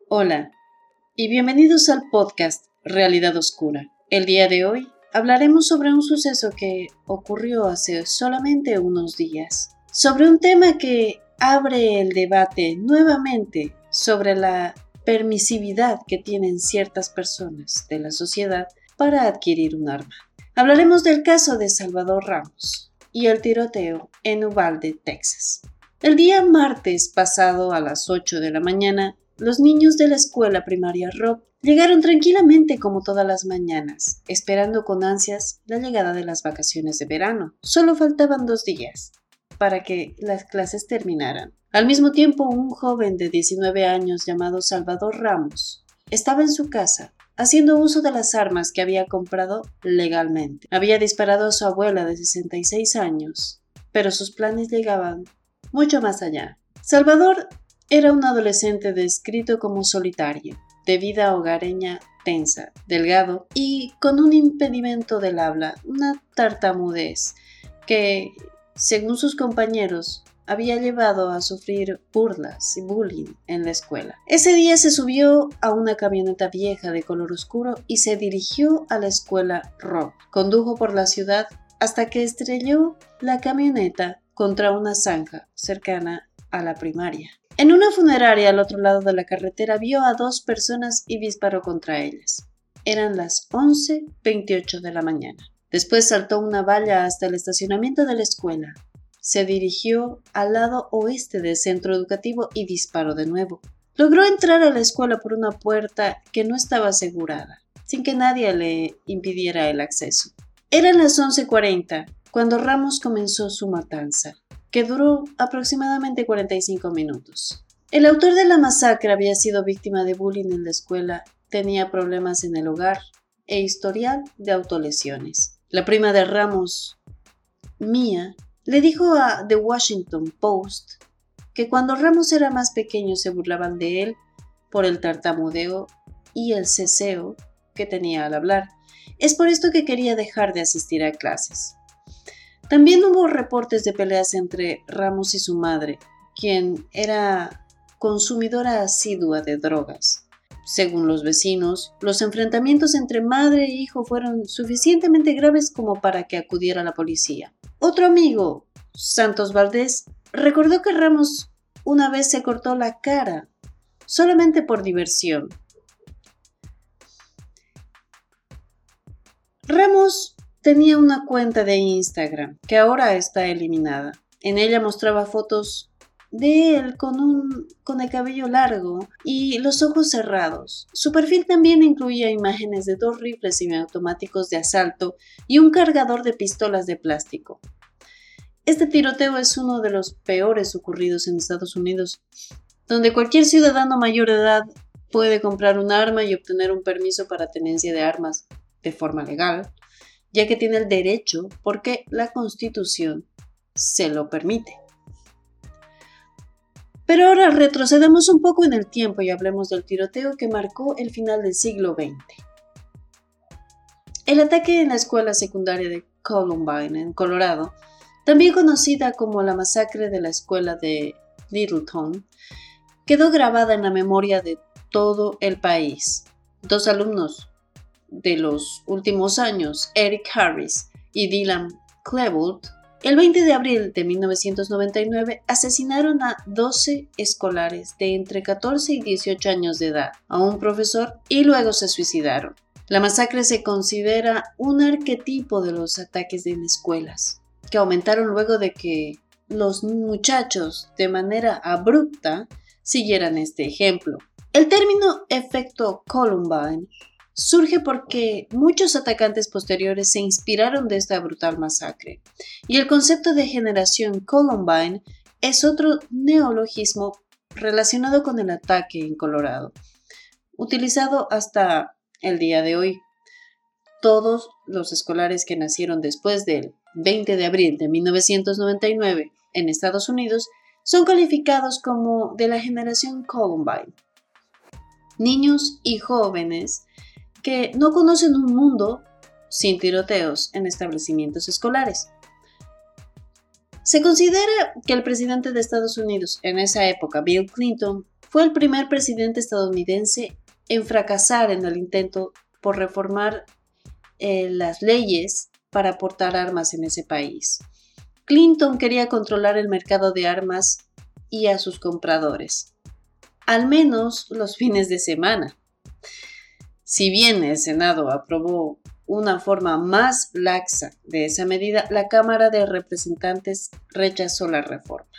Hola y bienvenidos al podcast Realidad Oscura. El día de hoy hablaremos sobre un suceso que ocurrió hace solamente unos días, sobre un tema que abre el debate nuevamente sobre la permisividad que tienen ciertas personas de la sociedad para adquirir un arma. Hablaremos del caso de Salvador Ramos y el tiroteo en Uvalde, Texas. El día martes pasado a las 8 de la mañana, los niños de la escuela primaria Robb llegaron tranquilamente como todas las mañanas, esperando con ansias la llegada de las vacaciones de verano. Solo faltaban 2 días para que las clases terminaran. Al mismo tiempo, un joven de 19 años llamado Salvador Ramos estaba en su casa haciendo uso de las armas que había comprado legalmente. Había disparado a su abuela de 66 años, pero sus planes llegaban mucho más allá. Salvador era un adolescente descrito como solitario, de vida hogareña tensa, delgado y con un impedimento del habla, una tartamudez que, según sus compañeros, había llevado a sufrir burlas y bullying en la escuela. Ese día se subió a una camioneta vieja de color oscuro y se dirigió a la escuela Robb. Condujo por la ciudad hasta que estrelló la camioneta contra una zanja cercana a la primaria. En una funeraria al otro lado de la carretera vio a 2 personas y disparó contra ellas. Eran las 11:28 de la mañana. Después saltó una valla hasta el estacionamiento de la escuela. Se dirigió al lado oeste del centro educativo y disparó de nuevo. Logró entrar a la escuela por una puerta que no estaba asegurada, sin que nadie le impidiera el acceso. Eran las 11:40 cuando Ramos comenzó su matanza, que duró aproximadamente 45 minutos. El autor de la masacre había sido víctima de bullying en la escuela, tenía problemas en el hogar e historial de autolesiones. La prima de Ramos, Mia, le dijo a The Washington Post que cuando Ramos era más pequeño se burlaban de él por el tartamudeo y el ceseo que tenía al hablar. Es por esto que quería dejar de asistir a clases. También hubo reportes de peleas entre Ramos y su madre, quien era consumidora asidua de drogas. Según los vecinos, los enfrentamientos entre madre e hijo fueron suficientemente graves como para que acudiera la policía. Otro amigo, Santos Valdés, recordó que Ramos una vez se cortó la cara, solamente por diversión. Ramos tenía una cuenta de Instagram que ahora está eliminada. En ella mostraba fotos de él con el cabello largo y los ojos cerrados. Su perfil también incluía imágenes de 2 rifles semiautomáticos de asalto y un cargador de pistolas de plástico. Este tiroteo es uno de los peores ocurridos en Estados Unidos, donde cualquier ciudadano mayor de edad puede comprar un arma y obtener un permiso para tenencia de armas de forma legal, ya que tiene el derecho porque la Constitución se lo permite. Pero ahora retrocedamos un poco en el tiempo y hablemos del tiroteo que marcó el final del siglo XX. El ataque en la escuela secundaria de Columbine, en Colorado, también conocida como la masacre de la escuela de Littleton, quedó grabada en la memoria de todo el país. 2 alumnos de los últimos años, Eric Harris y Dylan Klebold, el 20 de abril de 1999 asesinaron a 12 escolares de entre 14 y 18 años de edad, a un profesor y luego se suicidaron. La masacre se considera un arquetipo de los ataques en escuelas, que aumentaron luego de que los muchachos de manera abrupta siguieran este ejemplo. El término efecto Columbine surge porque muchos atacantes posteriores se inspiraron de esta brutal masacre, y el concepto de generación Columbine es otro neologismo relacionado con el ataque en Colorado, utilizado hasta el día de hoy. Todos los escolares que nacieron después del 20 de abril de 1999 en Estados Unidos son calificados como de la generación Columbine. Niños y jóvenes que no conocen un mundo sin tiroteos en establecimientos escolares. Se considera que el presidente de Estados Unidos en esa época, Bill Clinton, fue el primer presidente estadounidense en fracasar en el intento por reformar las leyes para portar armas en ese país. Clinton quería controlar el mercado de armas y a sus compradores, al menos los fines de semana. Si bien el Senado aprobó una forma más laxa de esa medida, la Cámara de Representantes rechazó la reforma.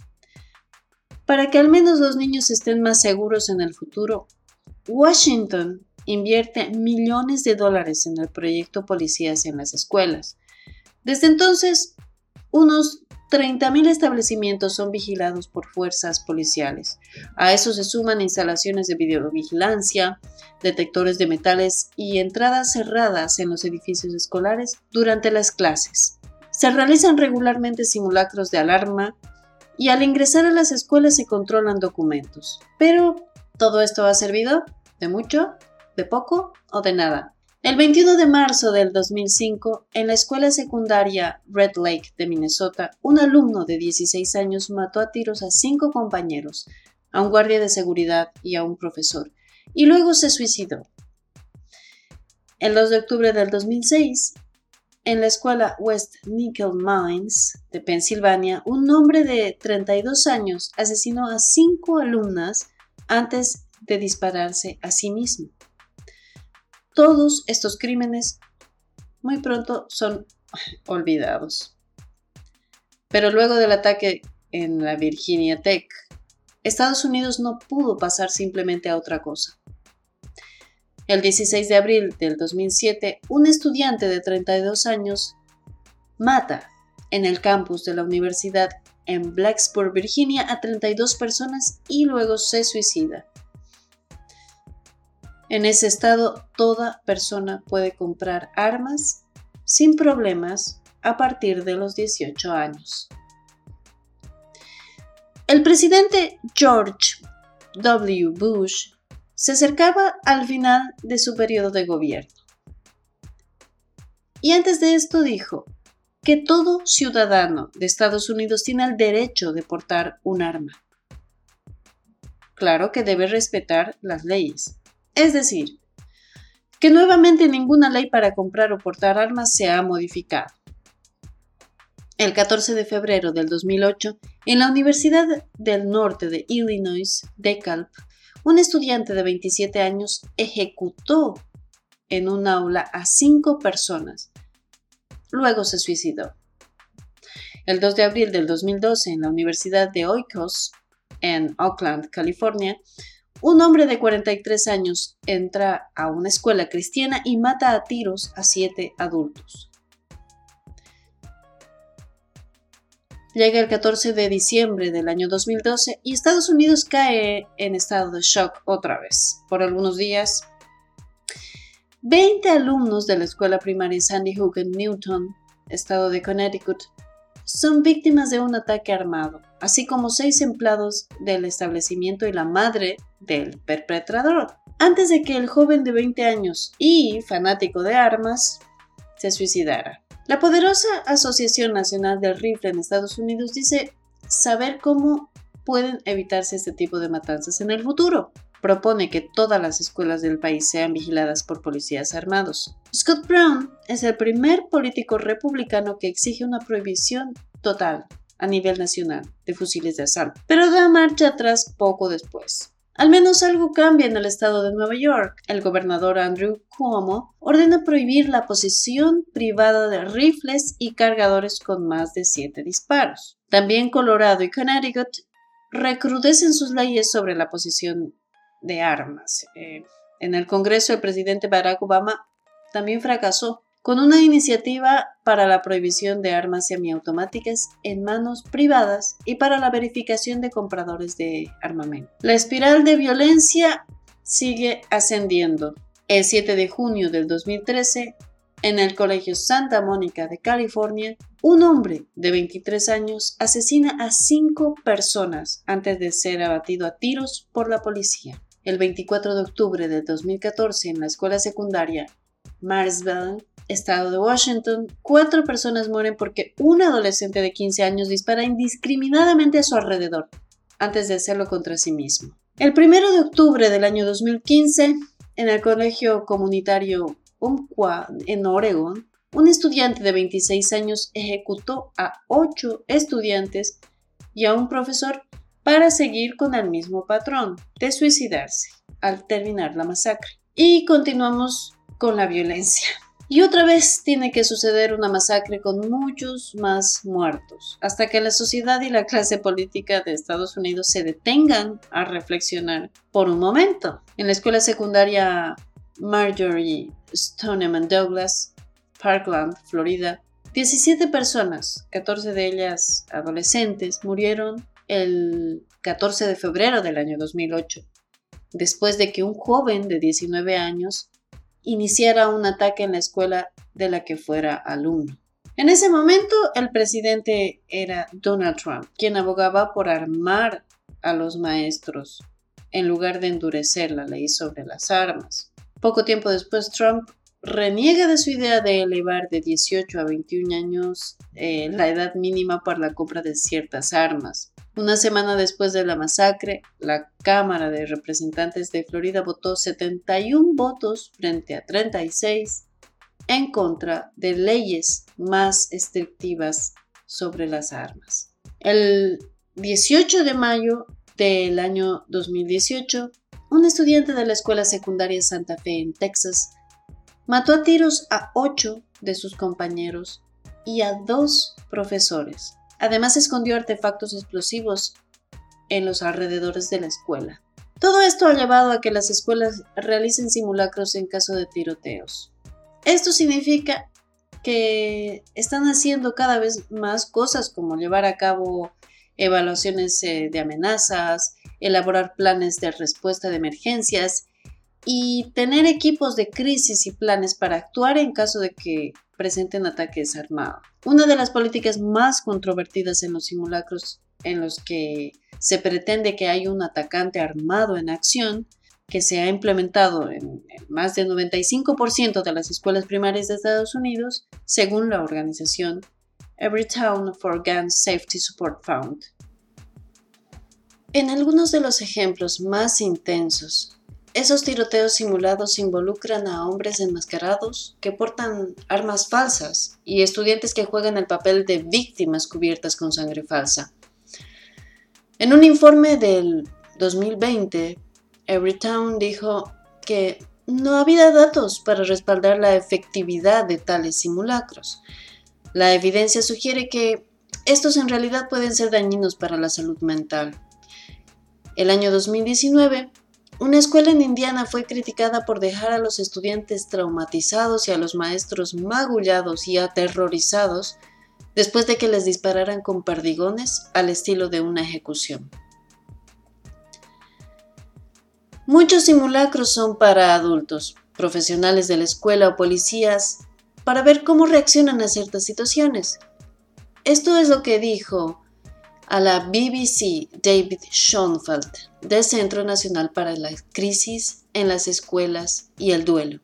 Para que al menos los niños estén más seguros en el futuro, Washington invierte millones de dólares en el proyecto Policías en las escuelas. Desde entonces, unos 30,000 establecimientos son vigilados por fuerzas policiales. A eso se suman instalaciones de videovigilancia, detectores de metales y entradas cerradas en los edificios escolares durante las clases. Se realizan regularmente simulacros de alarma y al ingresar a las escuelas se controlan documentos. Pero, ¿todo esto ha servido? ¿De mucho? ¿De poco? ¿O de nada? El 21 de marzo del 2005, en la escuela secundaria Red Lake de Minnesota, un alumno de 16 años mató a tiros a 5 compañeros, a un guardia de seguridad y a un profesor, y luego se suicidó. El 2 de octubre del 2006, en la escuela West Nickel Mines de Pensilvania, un hombre de 32 años asesinó a 5 alumnas antes de dispararse a sí mismo. Todos estos crímenes muy pronto son olvidados. Pero luego del ataque en la Virginia Tech, Estados Unidos no pudo pasar simplemente a otra cosa. El 16 de abril del 2007, un estudiante de 32 años mata en el campus de la universidad en Blacksburg, Virginia, a 32 personas y luego se suicida. En ese estado, toda persona puede comprar armas sin problemas a partir de los 18 años. El presidente George W. Bush se acercaba al final de su periodo de gobierno. Y antes de esto dijo que todo ciudadano de Estados Unidos tiene el derecho de portar un arma. Claro que debe respetar las leyes. Es decir, que nuevamente ninguna ley para comprar o portar armas se ha modificado. El 14 de febrero del 2008, en la Universidad del Norte de Illinois, DeKalb, un estudiante de 27 años ejecutó en un aula a 5 personas. Luego se suicidó. El 2 de abril del 2012, en la Universidad de Oikos, en Oakland, California, un hombre de 43 años entra a una escuela cristiana y mata a tiros a 7 adultos. Llega el 14 de diciembre del año 2012 y Estados Unidos cae en estado de shock otra vez. Por algunos días, 20 alumnos de la escuela primaria Sandy Hook en Newton, estado de Connecticut, son víctimas de un ataque armado, así como 6 empleados del establecimiento y la madre del perpetrador, antes de que el joven de 20 años y fanático de armas se suicidara. La poderosa Asociación Nacional del Rifle en Estados Unidos dice saber cómo pueden evitarse este tipo de matanzas en el futuro. Propone que todas las escuelas del país sean vigiladas por policías armados. Scott Brown es el primer político republicano que exige una prohibición total a nivel nacional de fusiles de asalto, pero da marcha atrás poco después. Al menos algo cambia en el estado de Nueva York. El gobernador Andrew Cuomo ordena prohibir la posesión privada de rifles y cargadores con más de 7 disparos. También Colorado y Connecticut recrudecen sus leyes sobre la posesión de armas. En el Congreso, el presidente Barack Obama también fracasó con una iniciativa para la prohibición de armas semiautomáticas en manos privadas y para la verificación de compradores de armamento. La espiral de violencia sigue ascendiendo. El 7 de junio del 2013, en el Colegio Santa Mónica de California, un hombre de 23 años asesina a 5 personas antes de ser abatido a tiros por la policía. El 24 de octubre de 2014, en la escuela secundaria Marysville, estado de Washington, 4 personas mueren porque un adolescente de 15 años dispara indiscriminadamente a su alrededor, antes de hacerlo contra sí mismo. El 1 de octubre del año 2015, en el colegio comunitario Umpqua, en Oregón, un estudiante de 26 años ejecutó a 8 estudiantes y a un profesor para seguir con el mismo patrón de suicidarse al terminar la masacre. Y continuamos con la violencia. Y otra vez tiene que suceder una masacre con muchos más muertos, hasta que la sociedad y la clase política de Estados Unidos se detengan a reflexionar por un momento. En la escuela secundaria Marjorie Stoneman Douglas, Parkland, Florida, 17 personas, 14 de ellas adolescentes, murieron el 14 de febrero del año 2008, después de que un joven de 19 años iniciara un ataque en la escuela de la que fuera alumno. En ese momento, el presidente era Donald Trump, quien abogaba por armar a los maestros en lugar de endurecer la ley sobre las armas. Poco tiempo después, Trump reniega de su idea de elevar de 18 a 21 años la edad mínima para la compra de ciertas armas. Una semana después de la masacre, la Cámara de Representantes de Florida votó 71 votos frente a 36 en contra de leyes más estrictivas sobre las armas. El 18 de mayo del año 2018, un estudiante de la escuela secundaria Santa Fe en Texas mató a tiros a 8 de sus compañeros y a 2 profesores. Además, escondió artefactos explosivos en los alrededores de la escuela. Todo esto ha llevado a que las escuelas realicen simulacros en caso de tiroteos. Esto significa que están haciendo cada vez más cosas como llevar a cabo evaluaciones de amenazas, elaborar planes de respuesta de emergencias y tener equipos de crisis y planes para actuar en caso de que presenten ataques armados. Una de las políticas más controvertidas en los simulacros en los que se pretende que hay un atacante armado en acción, que se ha implementado en más del 95% de las escuelas primarias de Estados Unidos, según la organización Everytown for Gun Safety Support Fund. En algunos de los ejemplos más intensos, esos tiroteos simulados involucran a hombres enmascarados que portan armas falsas y estudiantes que juegan el papel de víctimas cubiertas con sangre falsa. En un informe del 2020, Everytown dijo que no había datos para respaldar la efectividad de tales simulacros. La evidencia sugiere que estos en realidad pueden ser dañinos para la salud mental. El año 2019, una escuela en Indiana fue criticada por dejar a los estudiantes traumatizados y a los maestros magullados y aterrorizados después de que les dispararan con perdigones al estilo de una ejecución. Muchos simulacros son para adultos, profesionales de la escuela o policías, para ver cómo reaccionan a ciertas situaciones. Esto es lo que dijo a la BBC David Schoenfeld, del Centro Nacional para la Crisis en las Escuelas y el Duelo.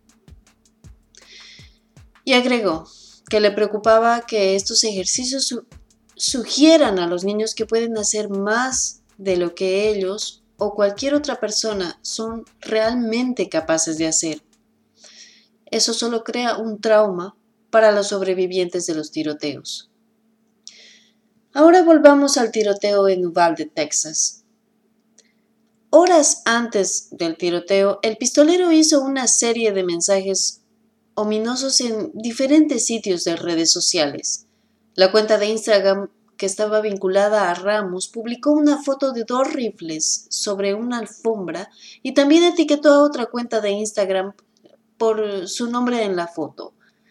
Y agregó que le preocupaba que estos ejercicios sugieran a los niños que pueden hacer más de lo que ellos o cualquier otra persona son realmente capaces de hacer. Eso solo crea un trauma para los sobrevivientes de los tiroteos. Ahora volvamos al tiroteo en Uvalde, Texas. Horas antes del tiroteo, el pistolero hizo una serie de mensajes ominosos en diferentes sitios de redes sociales. La cuenta de Instagram, que estaba vinculada a Ramos, publicó una foto de 2 rifles sobre una alfombra y también etiquetó a otra cuenta de Instagram por su nombre en la foto.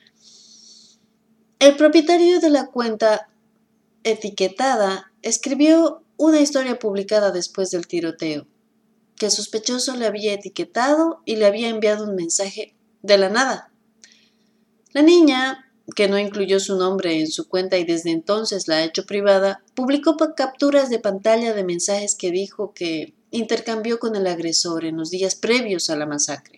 El propietario de la cuenta etiquetada escribió una historia publicada después del tiroteo, que el sospechoso le había etiquetado y le había enviado un mensaje de la nada. La niña, que no incluyó su nombre en su cuenta y desde entonces la ha hecho privada, publicó capturas de pantalla de mensajes que dijo que intercambió con el agresor en los días previos a la masacre.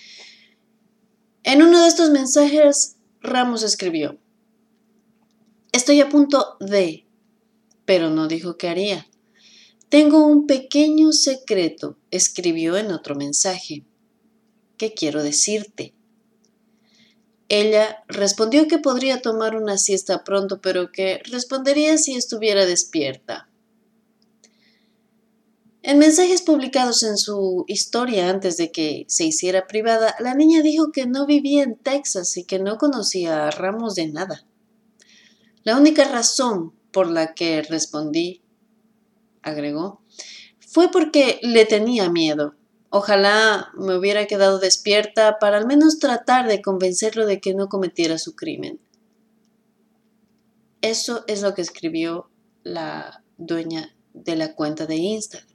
En uno de estos mensajes, Ramos escribió: "Estoy a punto de", pero no dijo qué haría. Tengo un pequeño secreto, escribió en otro mensaje. ¿Qué quiero decirte? Ella respondió que podría tomar una siesta pronto, pero que respondería si estuviera despierta. En mensajes publicados en su historia antes de que se hiciera privada, la niña dijo que no vivía en Texas y que no conocía a Ramos de nada. La única razón por la que respondí, agregó, fue porque le tenía miedo. Ojalá me hubiera quedado despierta para al menos tratar de convencerlo de que no cometiera su crimen. Eso es lo que escribió la dueña de la cuenta de Instagram.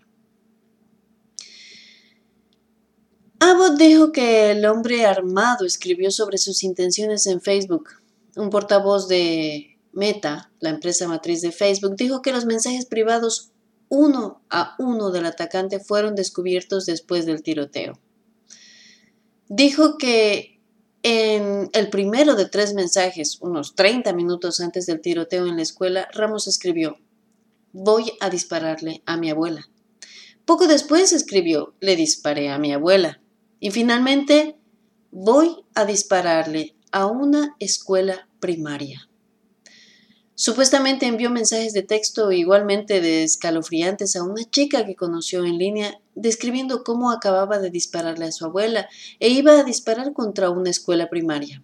Abbott dijo que el hombre armado escribió sobre sus intenciones en Facebook. Un portavoz de Meta, la empresa matriz de Facebook, dijo que los mensajes privados uno a uno del atacante fueron descubiertos después del tiroteo. Dijo que en el primero de 3 mensajes, unos 30 minutos antes del tiroteo en la escuela, Ramos escribió: voy a dispararle a mi abuela. Poco después escribió: le disparé a mi abuela. Y finalmente, voy a dispararle a una escuela primaria. Supuestamente envió mensajes de texto igualmente escalofriantes a una chica que conoció en línea, describiendo cómo acababa de dispararle a su abuela e iba a disparar contra una escuela primaria.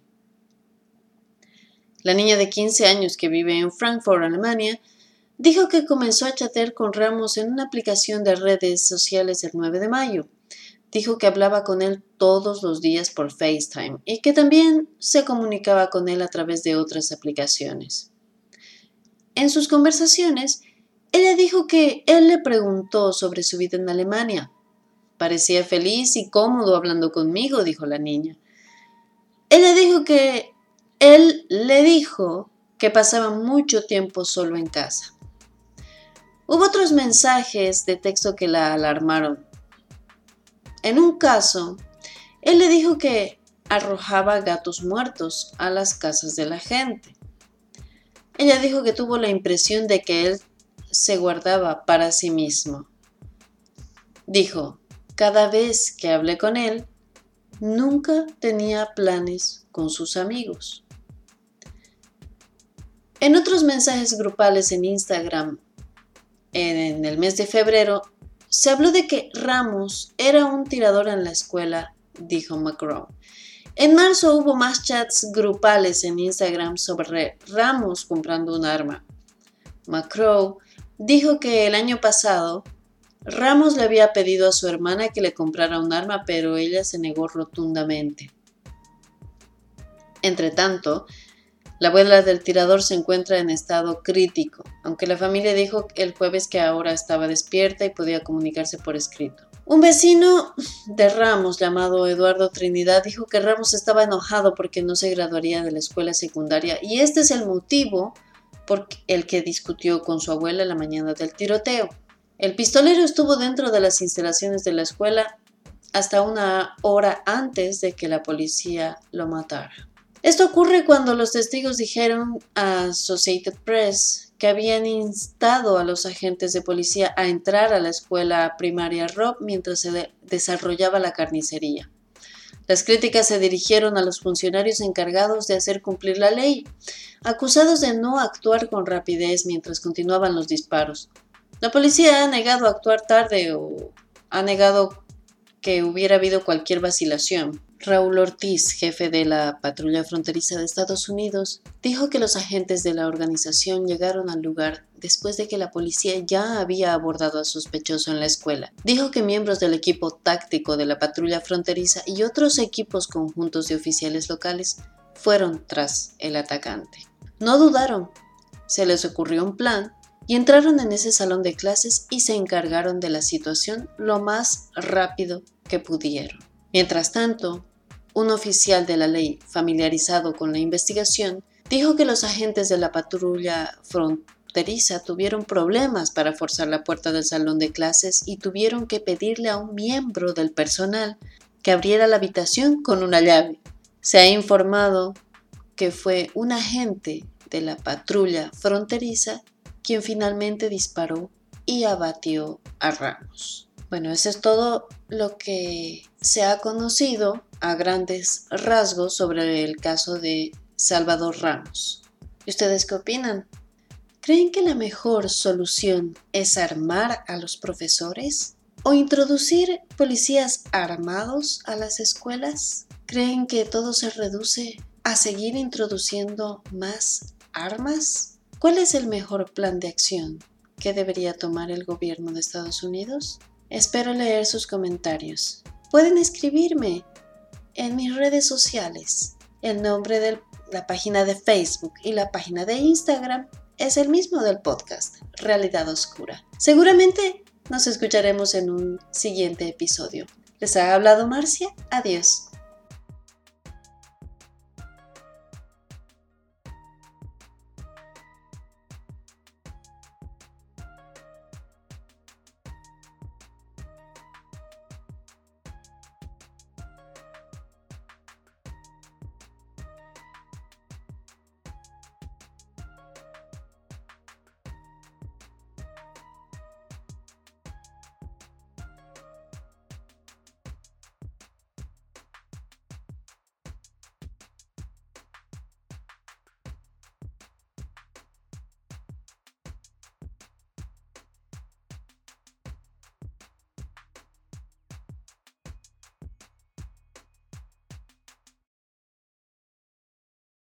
La niña de 15 años que vive en Frankfurt, Alemania, dijo que comenzó a chatear con Ramos en una aplicación de redes sociales el 9 de mayo. Dijo que hablaba con él todos los días por FaceTime y que también se comunicaba con él a través de otras aplicaciones. En sus conversaciones, ella dijo que él le preguntó sobre su vida en Alemania. Parecía feliz y cómodo hablando conmigo, dijo la niña. Ella dijo que él le dijo que pasaba mucho tiempo solo en casa. Hubo otros mensajes de texto que la alarmaron. En un caso, él le dijo que arrojaba gatos muertos a las casas de la gente. Ella dijo que tuvo la impresión de que él se guardaba para sí mismo. Dijo: cada vez que hablé con él, nunca tenía planes con sus amigos. En otros mensajes grupales en Instagram, en el mes de febrero, se habló de que Ramos era un tirador en la escuela, dijo McGraw. En marzo hubo más chats grupales en Instagram sobre Ramos comprando un arma. McGraw dijo que el año pasado Ramos le había pedido a su hermana que le comprara un arma, pero ella se negó rotundamente. Entretanto, la abuela del tirador se encuentra en estado crítico, aunque la familia dijo el jueves que ahora estaba despierta y podía comunicarse por escrito. Un vecino de Ramos, llamado Eduardo Trinidad, dijo que Ramos estaba enojado porque no se graduaría de la escuela secundaria y este es el motivo por el que discutió con su abuela la mañana del tiroteo. El pistolero estuvo dentro de las instalaciones de la escuela hasta una hora antes de que la policía lo matara. Esto ocurre cuando los testigos dijeron a Associated Press que habían instado a los agentes de policía a entrar a la escuela primaria Robb mientras se desarrollaba la carnicería. Las críticas se dirigieron a los funcionarios encargados de hacer cumplir la ley, acusados de no actuar con rapidez mientras continuaban los disparos. La policía ha negado actuar tarde o ha negado que hubiera habido cualquier vacilación. Raúl Ortiz, jefe de la patrulla fronteriza de Estados Unidos, dijo que los agentes de la organización llegaron al lugar después de que la policía ya había abordado al sospechoso en la escuela. Dijo que miembros del equipo táctico de la patrulla fronteriza y otros equipos conjuntos de oficiales locales fueron tras el atacante. No dudaron, se les ocurrió un plan y entraron en ese salón de clases y se encargaron de la situación lo más rápido que pudieron. Mientras tanto, un oficial de la ley familiarizado con la investigación dijo que los agentes de la patrulla fronteriza tuvieron problemas para forzar la puerta del salón de clases y tuvieron que pedirle a un miembro del personal que abriera la habitación con una llave. Se ha informado que fue un agente de la patrulla fronteriza quien finalmente disparó y abatió a Ramos. Bueno, eso es todo lo que se ha conocido a grandes rasgos sobre el caso de Salvador Ramos. ¿Y ustedes qué opinan? ¿Creen que la mejor solución es armar a los profesores o introducir policías armados a las escuelas? ¿Creen que todo se reduce a seguir introduciendo más armas? ¿Cuál es el mejor plan de acción que debería tomar el gobierno de Estados Unidos? Espero leer sus comentarios. Pueden escribirme en mis redes sociales. El nombre de la página de Facebook y la página de Instagram es el mismo del podcast, Realidad Oscura. Seguramente nos escucharemos en un siguiente episodio. Les ha hablado Marcia. Adiós.